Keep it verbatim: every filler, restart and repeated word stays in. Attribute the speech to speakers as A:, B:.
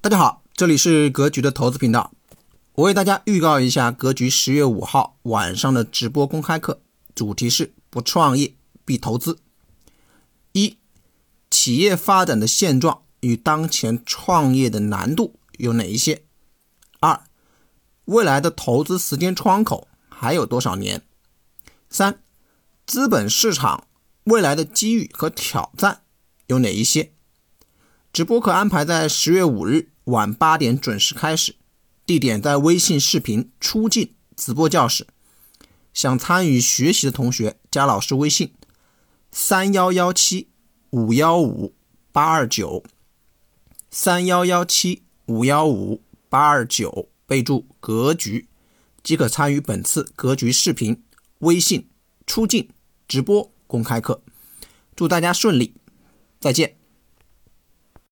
A: 大家好，这里是格局的投资频道。我为大家预告一下格局十月五号晚上的直播公开课，主题是不创业必投资。一、企业发展的现状与当前创业的难度有哪一些？二、未来的投资时间窗口还有多少年？三、资本市场未来的机遇和挑战有哪一些？直播课安排在十月五日晚八点准时开始，地点在微信视频出镜直播教室。想参与学习的同学加老师微信三一一七五一五八二九 三一一七五一五八二九，备注格局，即可参与本次格局视频微信出镜直播公开课。祝大家顺利，再见。